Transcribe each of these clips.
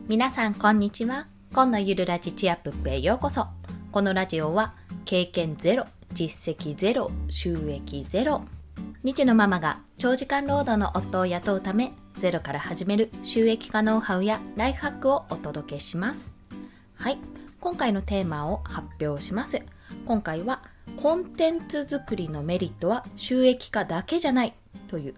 皆さんこんにちは。今のゆるラジチアップへようこそ。このラジオは経験ゼロ、実績ゼロ、収益ゼロ、2児のママが長時間労働の夫を雇うためゼロから始める収益化ノウハウやライフハックをお届けします。はい、今回のテーマを発表します。今回はコンテンツ作りのメリットは収益化だけじゃないという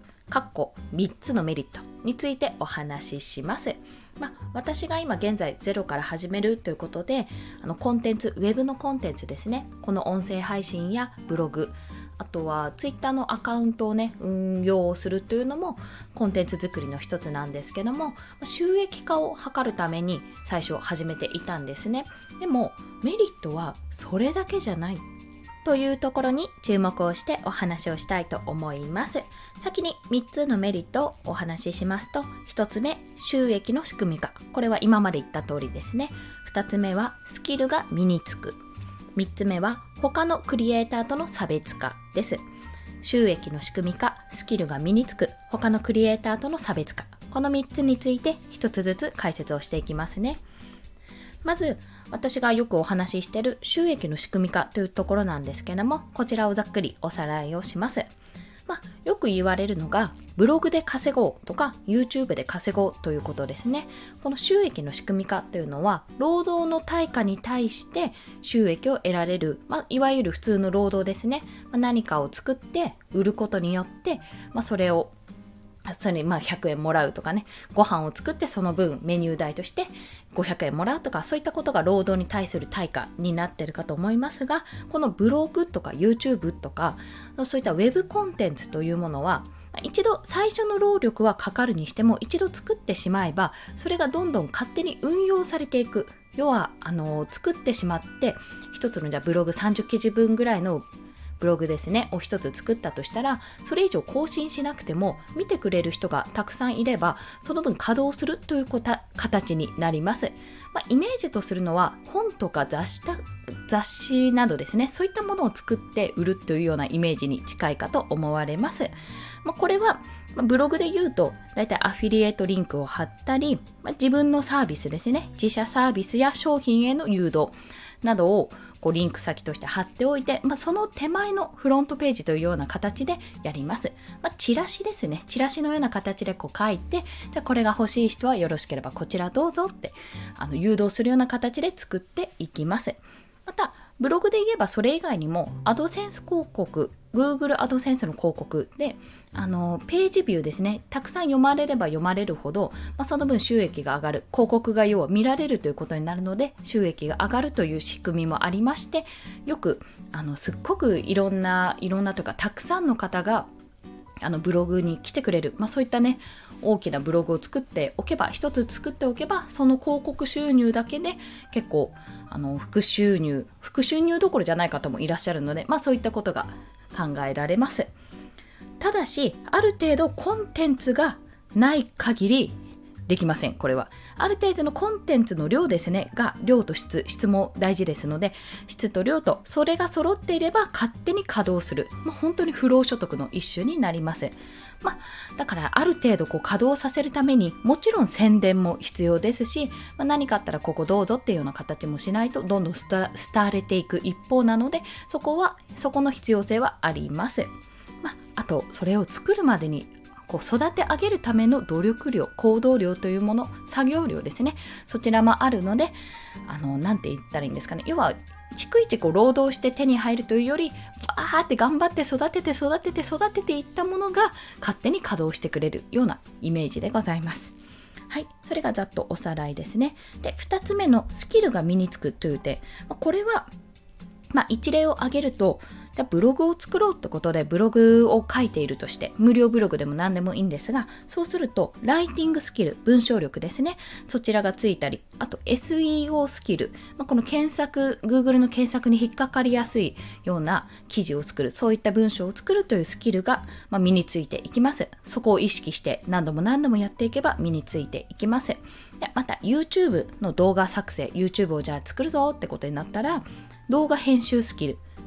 3つのメリットについてお話しします。私が今現在ゼロから始めるということで、コンテンツ、ウェブのコンテンツですね。この音声配信やブログ、あとはツイッターのアカウントを運用するというのもコンテンツ作りの一つなんですけども、収益化を図るために最初始めていたんですね。でもメリットはそれだけじゃないというところに注目をしてお話をしたいと思います。先に3つのメリットをお話ししますと、1つ目、収益の仕組み化。これは今まで言った通りですね。2つ目はスキルが身につく。3つ目は他のクリエイターとの差別化です。収益の仕組み化、スキルが身につく、他のクリエイターとの差別化。この3つについて1つずつ解説をしていきますね。まず私がよくお話ししている収益の仕組み化というところなんですけども、こちらをざっくりおさらいをします。よく言われるのがブログで稼ごうとか YouTube で稼ごうということですね。この収益の仕組み化というのは労働の対価に対して収益を得られる、いわゆる普通の労働ですね。何かを作って売ることによって、それに100円もらうとかね、ご飯を作ってその分メニュー代として500円もらうとか、そういったことが労働に対する対価になっているかと思いますが、このブログとか YouTube とかそういったウェブコンテンツというものは一度最初の労力はかかるにしても、一度作ってしまえばそれがどんどん勝手に運用されていく。要は作ってしまって一つのブログ30記事分ぐらいのブログですねを一つ作ったとしたら、それ以上更新しなくても見てくれる人がたくさんいれば、その分稼働するという形になります。イメージとするのは本とか雑誌などですね、そういったものを作って売るというようなイメージに近いかと思われます。これはブログで言うとだいたいアフィリエイトリンクを貼ったり、自分のサービスですね、自社サービスや商品への誘導などをリンク先として貼っておいて、その手前のフロントページというような形でやります。チラシですね。チラシのような形で書いて、じゃあこれが欲しい人はよろしければこちらどうぞって誘導するような形で作っていきます。またブログで言えばそれ以外にもアドセンス広告、Google アドセンスの広告でページビューですね、たくさん読まれれば読まれるほど、その分収益が上がる、広告が要は見られるということになるので収益が上がるという仕組みもありまして、よくすっごくいろんなというかたくさんの方がブログに来てくれる、そういったね大きなブログを作っておけば、一つ作っておけばその広告収入だけで結構副収入どころじゃない方もいらっしゃるので、そういったことが考えられます。ただしある程度コンテンツがない限りできません。これはある程度のコンテンツの量ですねが、量と質も大事ですので、質と量とそれが揃っていれば勝手に稼働する、本当に不労所得の一種になります。だからある程度稼働させるためにもちろん宣伝も必要ですし、何かあったらここどうぞっていうような形もしないとどんどん廃れていく一方なので、そこの必要性はあります。あとそれを作るまでに育て上げるための努力量、行動量というもの、作業量ですね、そちらもあるので、なんて言ったらいいんですかね、要は逐一労働して手に入るというより、バーって頑張って育てていったものが勝手に稼働してくれるようなイメージでございます。はい、それがざっとおさらいですね。で、2つ目のスキルが身につくという点、これは一例を挙げると、じゃあブログを作ろうってことでブログを書いているとして、無料ブログでも何でもいいんですが、そうするとライティングスキル、文章力ですね、そちらがついたり、あと SEO スキル、このGoogle の検索に引っかかりやすいような記事を作る、そういった文章を作るというスキルが身についていきます。そこを意識して何度もやっていけば身についていきます。で、また YouTube の動画作成、YouTube をじゃあ作るぞってことになったら、動画編集スキル、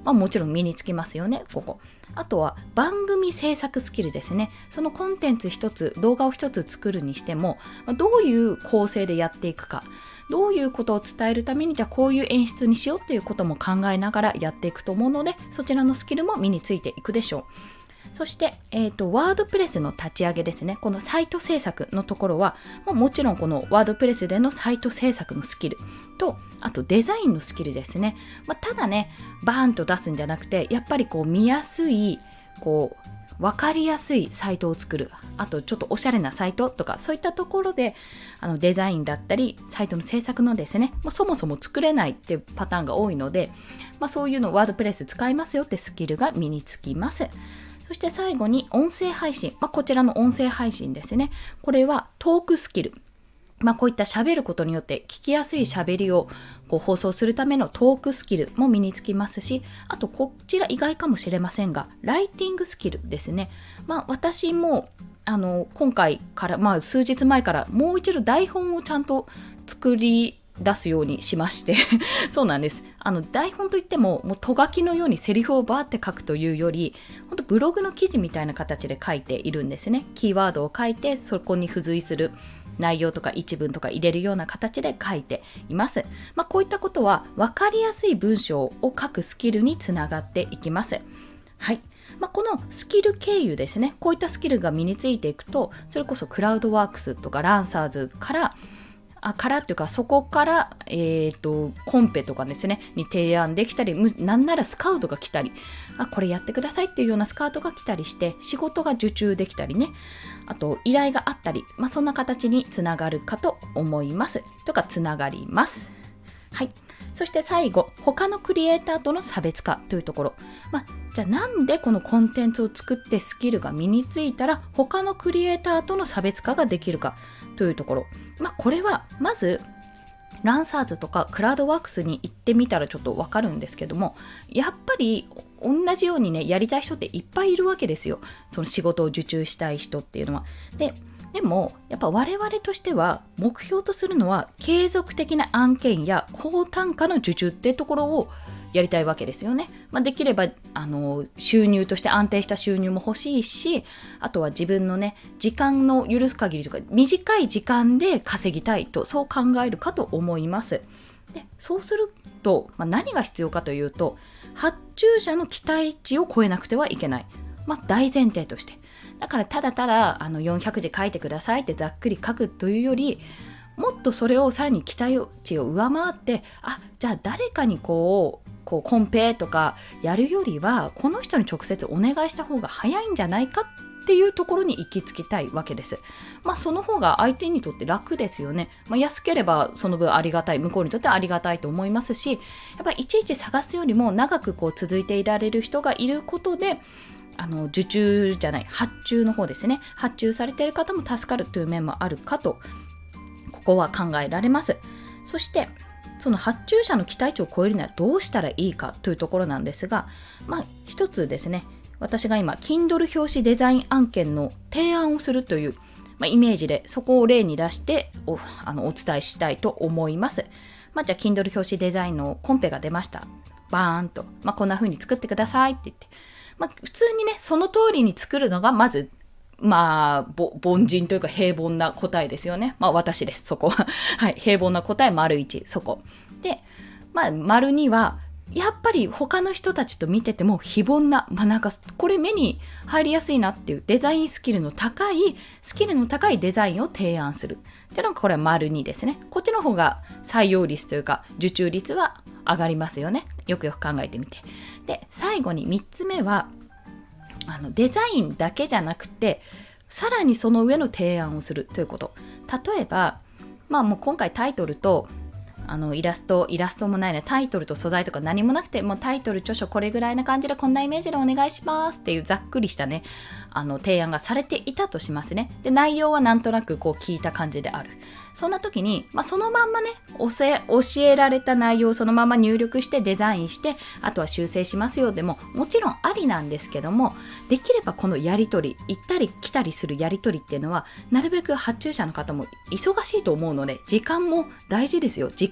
もちろん身につきますよね、ここ。あとは番組制作スキルですね。そのコンテンツ一つ、動画を一つ作るにしても、どういう構成でやっていくか、どういうことを伝えるために、じゃあこういう演出にしようっていうことも考えながらやっていくと思うので、そちらのスキルも身についていくでしょう。そして、ワードプレスの立ち上げですね。このサイト制作のところは、もちろんこのワードプレスでのサイト制作のスキルと、あとデザインのスキルですね。ただね、バーンと出すんじゃなくて、やっぱりこう見やすい、こう、わかりやすいサイトを作る。あとちょっとおしゃれなサイトとか、そういったところで、デザインだったり、サイトの制作のですね、そもそも作れないっていうパターンが多いので、そういうのワードプレス使いますよってスキルが身につきます。そして最後に音声配信。こちらの音声配信ですね。これはトークスキル。こういった喋ることによって聞きやすい喋りをこう放送するためのトークスキルも身につきますし、あとこちら意外かもしれませんが、ライティングスキルですね。私も今回から、数日前からもう一度台本をちゃんと作り出すようにしましてそうなんです。台本といっても、もうと書きのようにセリフをバーって書くというより、本当ブログの記事みたいな形で書いているんですね。キーワードを書いて、そこに付随する内容とか一文とか入れるような形で書いています。こういったことは分かりやすい文章を書くスキルにつながっていきます。はい。このスキル経由ですね。こういったスキルが身についていくと、それこそクラウドワークスとかランサーズからっていうか、そこから、コンペとかですね、に提案できたり、なんならスカウトが来たり、これやってくださいっていうようなスカウトが来たりして、仕事が受注できたりね、あと依頼があったり、そんな形につながるかと思います。とか、つながります。はい。そして最後、他のクリエイターとの差別化というところ。じゃあなんでこのコンテンツを作ってスキルが身についたら他のクリエイターとの差別化ができるかというところ。これはまずランサーズとかクラウドワークスに行ってみたらちょっとわかるんですけども、やっぱり同じようにね、やりたい人っていっぱいいるわけですよ。その仕事を受注したい人っていうのは。でもやっぱ我々としては目標とするのは継続的な案件や高単価の受注っていうところをやりたいわけですよね。できれば収入として安定した収入も欲しいし、あとは自分のね、時間の許す限りとか短い時間で稼ぎたいと、そう考えるかと思います。でそうすると、何が必要かというと、発注者の期待値を超えなくてはいけない。大前提として。だからただただ400字書いてくださいってざっくり書くというより、もっとそれをさらに期待値を上回って、じゃあ誰かにこうコンペとかやるよりは、この人に直接お願いした方が早いんじゃないかっていうところに行き着きたいわけです。その方が相手にとって楽ですよね。安ければその分ありがたい、向こうにとってありがたいと思いますし、やっぱりいちいち探すよりも長く続いていられる人がいることで、受注じゃない、発注の方ですね。発注されている方も助かるという面もあるかと、ここは考えられます。そしてその発注者の期待値を超えるにはどうしたらいいかというところなんですが、一つですね、私が今 Kindle 表紙デザイン案件の提案をするという、イメージでそこを例に出してお伝えしたいと思います。じゃあ Kindle 表紙デザインのコンペが出ました。バーンと、こんな風に作ってくださいって言って、普通にね、その通りに作るのがまず凡人というか平凡な答えですよね。私です、そこは。はい、平凡な答え丸1、そこ。で、丸2は、やっぱり他の人たちと見てても非凡な、これ目に入りやすいなっていうデザインスキルの高いデザインを提案する。っていうのがこれは丸2ですね。こっちの方が採用率というか受注率は上がりますよね。よくよく考えてみて。で、最後に3つ目は、デザインだけじゃなくて、さらにその上の提案をするということ。例えば、もう今回タイトルとイラストもないね、タイトルと素材とか何もなくて、もうタイトル、著書これぐらいな感じでこんなイメージでお願いしますっていうざっくりしたね、提案がされていたとしますね。で、内容はなんとなく聞いた感じである。そんな時に、そのまんまね、教えられた内容をそのまま入力してデザインして、あとは修正しますよでも、もちろんありなんですけども、できればこのやりとり、行ったり来たりするやりとりっていうのは、なるべく発注者の方も忙しいと思うので、時間も大事ですよ。時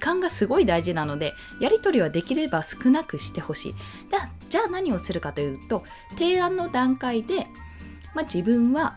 間がすごい大事なので、やり取りはできれば少なくしてほしい。じゃあ何をするかというと、提案の段階で、自分は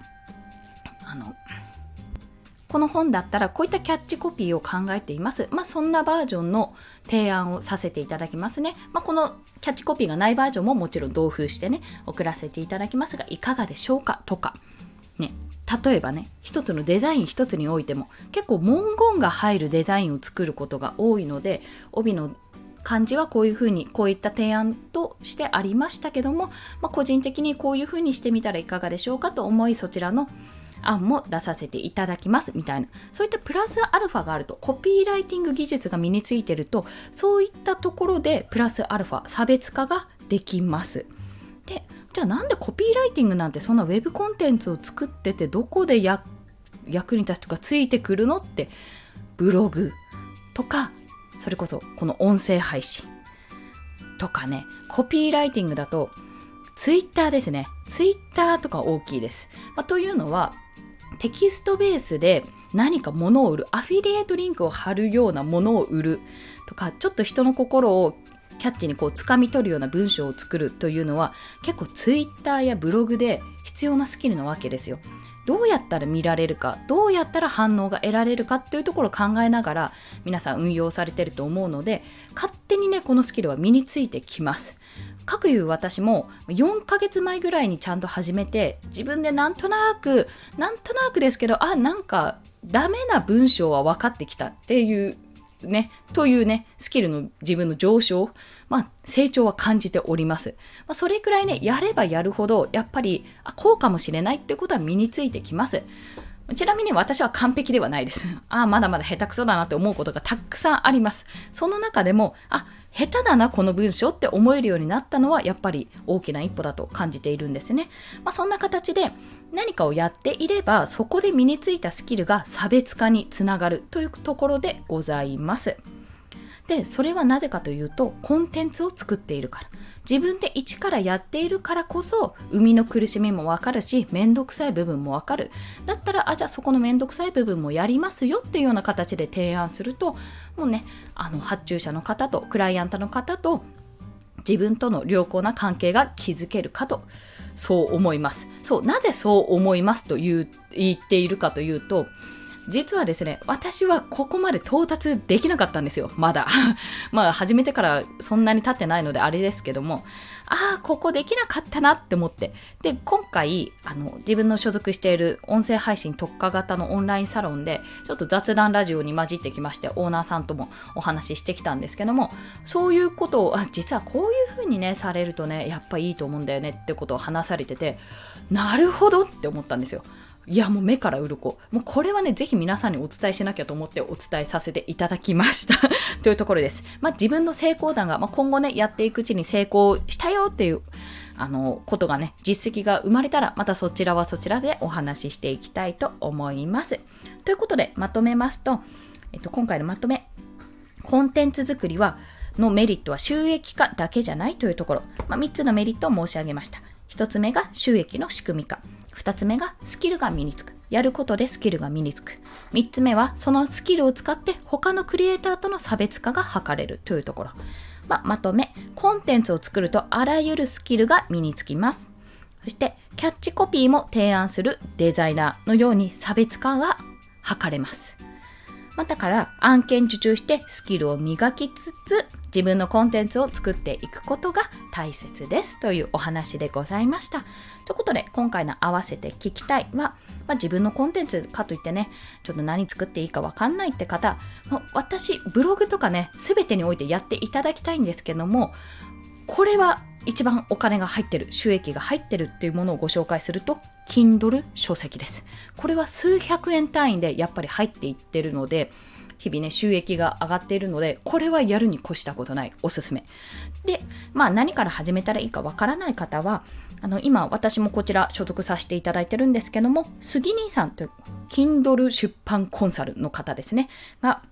この本だったらこういったキャッチコピーを考えています。そんなバージョンの提案をさせていただきますね。このキャッチコピーがないバージョンももちろん同封してね、送らせていただきますが、いかがでしょうかとか、ね、例えばね、一つのデザイン一つにおいても結構文言が入るデザインを作ることが多いので、帯の漢字はこういうふうに、こういった提案としてありましたけども、個人的にこういうふうにしてみたらいかがでしょうかと思い、そちらの案も出させていただきますみたいな、そういったプラスアルファがあると、コピーライティング技術が身についていると、そういったところでプラスアルファ、差別化ができます。で、じゃあなんでコピーライティングなんてそんなウェブコンテンツを作っててどこで役に立つとかついてくるのって、ブログとか、それこそこの音声配信とかね、コピーライティングだとツイッターですね。ツイッターとか大きいです。というのはテキストベースで何か物を売る、アフィリエイトリンクを貼るようなものを売るとか、ちょっと人の心をキャッチに掴み取るような文章を作るというのは結構ツイッターやブログで必要なスキルなわけですよ。どうやったら見られるか、どうやったら反応が得られるかっていうところを考えながら皆さん運用されてると思うので、勝手にねこのスキルは身についてきます。かくいう私も4ヶ月前ぐらいにちゃんと始めて、自分でなんとなくですけど、なんかダメな文章は分かってきたっていうね、というね、スキルの自分の上昇、成長は感じております。それくらいね、やればやるほど、やっぱり、こうかもしれないってことは身についてきます。ちなみに私は完璧ではないです。まだまだ下手くそだなって思うことがたくさんあります。その中でも、下手だなこの文章って思えるようになったのはやっぱり大きな一歩だと感じているんですね。そんな形で何かをやっていれば、そこで身についたスキルが差別化につながるというところでございます。で、それはなぜかというと、コンテンツを作っているから。自分で一からやっているからこそ、生みの苦しみもわかるし、めんどくさい部分もわかる。だったら、じゃあそこのめんどくさい部分もやりますよっていうような形で提案すると、もうね、発注者の方とクライアントの方と自分との良好な関係が築けるかと、そう思います。なぜそう思いますと言っているかというと、実はですね、私はここまで到達できなかったんですよ、まだ。始めてからそんなに経ってないのであれですけども、ここできなかったなって思って。で、今回、自分の所属している音声配信特化型のオンラインサロンで、ちょっと雑談ラジオに混じってきまして、オーナーさんともお話ししてきたんですけども、そういうことを、実はこういう風にね、されるとね、やっぱいいと思うんだよねってことを話されてて、なるほどって思ったんですよ。いや、もう目から鱗。もうこれはね、ぜひ皆さんにお伝えしなきゃと思ってお伝えさせていただきましたというところです。自分の成功談が、今後ね、やっていくうちに成功したよっていうことがね、実績が生まれたら、またそちらはそちらでお話ししていきたいと思います。ということで、まとめますと、今回のまとめ、コンテンツ作りのメリットは収益化だけじゃないというところ、3つのメリットを申し上げました。1つ目が収益の仕組み化。2つ目がスキルが身につく。やることでスキルが身につく。3つ目はそのスキルを使って他のクリエイターとの差別化が図れるというところ。まとめ、コンテンツを作るとあらゆるスキルが身につきます。そしてキャッチコピーも提案するデザイナーのように差別化が図れます。だから案件受注してスキルを磨きつつ自分のコンテンツを作っていくことが大切ですというお話でございました。ということで今回の合わせて聞きたいは、自分のコンテンツかといってね、ちょっと何作っていいかわかんないって方、私ブログとかね、全てにおいてやっていただきたいんですけども、これは一番お金が入ってる、収益が入ってるっていうものをご紹介すると、Kindle 書籍です。これは数百円単位でやっぱり入っていってるので、日々ね、収益が上がっているので、これはやるに越したことない、おすすめ。で、何から始めたらいいかわからない方は、今私もこちら所属させていただいてるんですけども、杉兄さんという Kindle 出版コンサルの方ですね、が、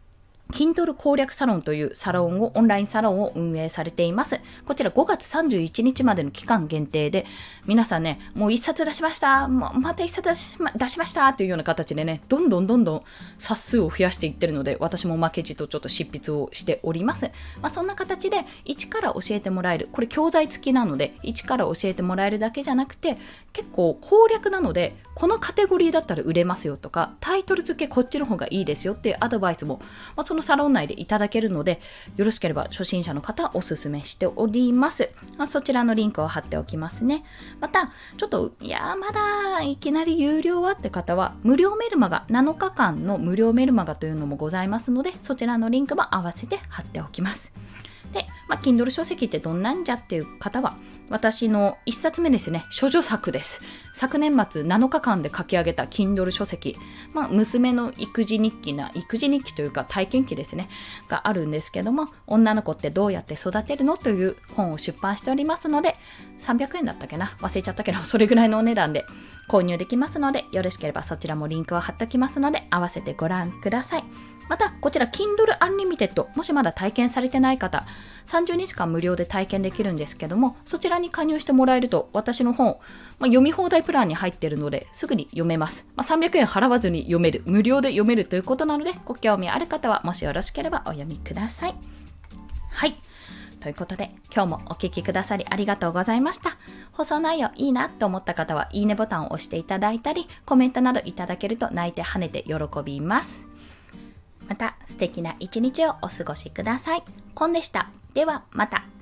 Kindle 攻略サロンというオンラインサロンを運営されています。こちら5月31日までの期間限定で、皆さんね、もう1冊出しました、また1冊出しましたというような形でね、どんどん冊数を増やしていってるので、私も負けじとちょっと執筆をしております。そんな形で一から教えてもらえる、これ教材付きなので、一から教えてもらえるだけじゃなくて、結構攻略なので、このカテゴリーだったら売れますよとか、タイトル付けこっちの方がいいですよっていうアドバイスも、そのサロン内でいただけるので、よろしければ初心者の方おすすめしております。そちらのリンクを貼っておきますね。また、ちょっと、まだいきなり有料はって方は、無料メルマガ、7日間の無料メルマガというのもございますので、そちらのリンクも合わせて貼っておきます。で、Kindle 書籍ってどんなんじゃっていう方は、私の1冊目ですね、処女作です。昨年末7日間で書き上げた Kindle 書籍、娘の育児日記というか体験記ですね、があるんですけども、女の子ってどうやって育てるのという本を出版しておりますので、300円だったっけな、忘れちゃったけど、それぐらいのお値段で購入できますので、よろしければそちらもリンクを貼っておきますので、合わせてご覧ください。また、こちら Kindle Unlimited、もしまだ体験されてない方、30日間無料で体験できるんですけども、そちらに加入してもらえると、私の本、読み放題プランに入っているので、すぐに読めます。300円払わずに読める、無料で読めるということなので、ご興味ある方は、もしよろしければお読みください。はい。ということで、今日もお聞きくださりありがとうございました。放送内容いいなと思った方は、いいねボタンを押していただいたり、コメントなどいただけると泣いて跳ねて喜びます。また素敵な一日をお過ごしください。コンでした。ではまた。